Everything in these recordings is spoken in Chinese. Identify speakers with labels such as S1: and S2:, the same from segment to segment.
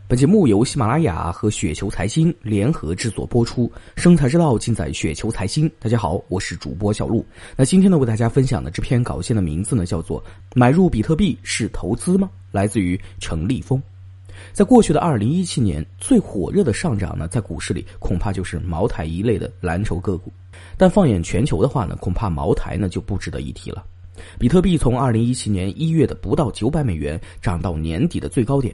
S1: 本节目由喜马拉雅和雪球财经联合制作播出，生财之道尽在雪球财经。大家好，我是主播小璐。那今天呢，为大家分享的这篇稿件的名字呢，叫做买入比特币是投资吗？来自于程立峰。在过去的2017年，最火热的上涨呢，在股市里恐怕就是茅台一类的蓝筹个股。但放眼全球的话呢，恐怕茅台呢就不值得一提了。比特币从2017年1月的不到900美元涨到年底的最高点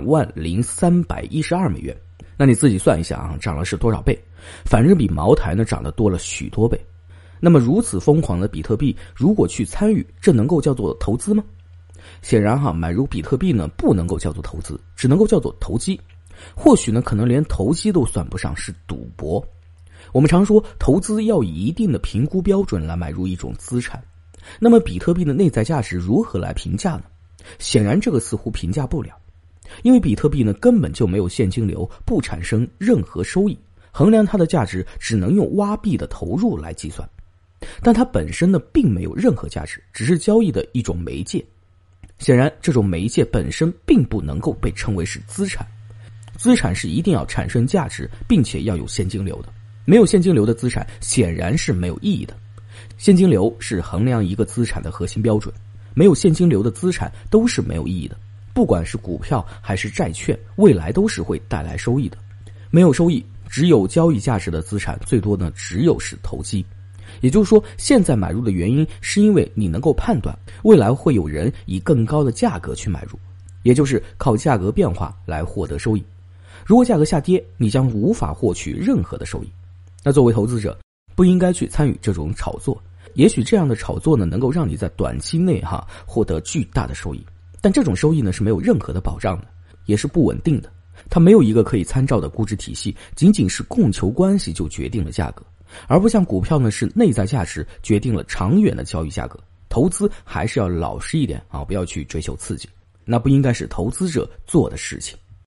S1: 20312美元。那你自己算一下啊，涨了是多少倍？反正比茅台呢涨得多了许多倍。那么如此疯狂的比特币，如果去参与，这能够叫做投资吗？显然买入比特币呢不能够叫做投资，只能够叫做投机。或许呢可能连投机都算不上，是赌博。我们常说投资要以一定的评估标准来买入一种资产。那么比特币的内在价值如何来评价呢？显然这个似乎评价不了，因为比特币呢根本就没有现金流，不产生任何收益，衡量它的价值只能用挖币的投入来计算。但它本身呢并没有任何价值，只是交易的一种媒介。显然这种媒介本身并不能够被称为是资产。资产是一定要产生价值，并且要有现金流的。没有现金流的资产显然是没有意义的。现金流是衡量一个资产的核心标准，没有现金流的资产都是没有意义的。不管是股票还是债券，未来都是会带来收益的。没有收益，只有交易价值的资产，最多呢只有是投机。也就是说，现在买入的原因是因为你能够判断未来会有人以更高的价格去买入，也就是靠价格变化来获得收益。如果价格下跌，你将无法获取任何的收益。那作为投资者，不应该去参与这种炒作。也许这样的炒作呢，能够让你在短期内获得巨大的收益，但这种收益呢是没有任何的保障的，也是不稳定的。它没有一个可以参照的估值体系，仅仅是供求关系就决定了价格，而不像股票呢是内在价值决定了长远的交易价格。投资还是要老实一点不要去追求刺激，那不应该是投资者做的事情。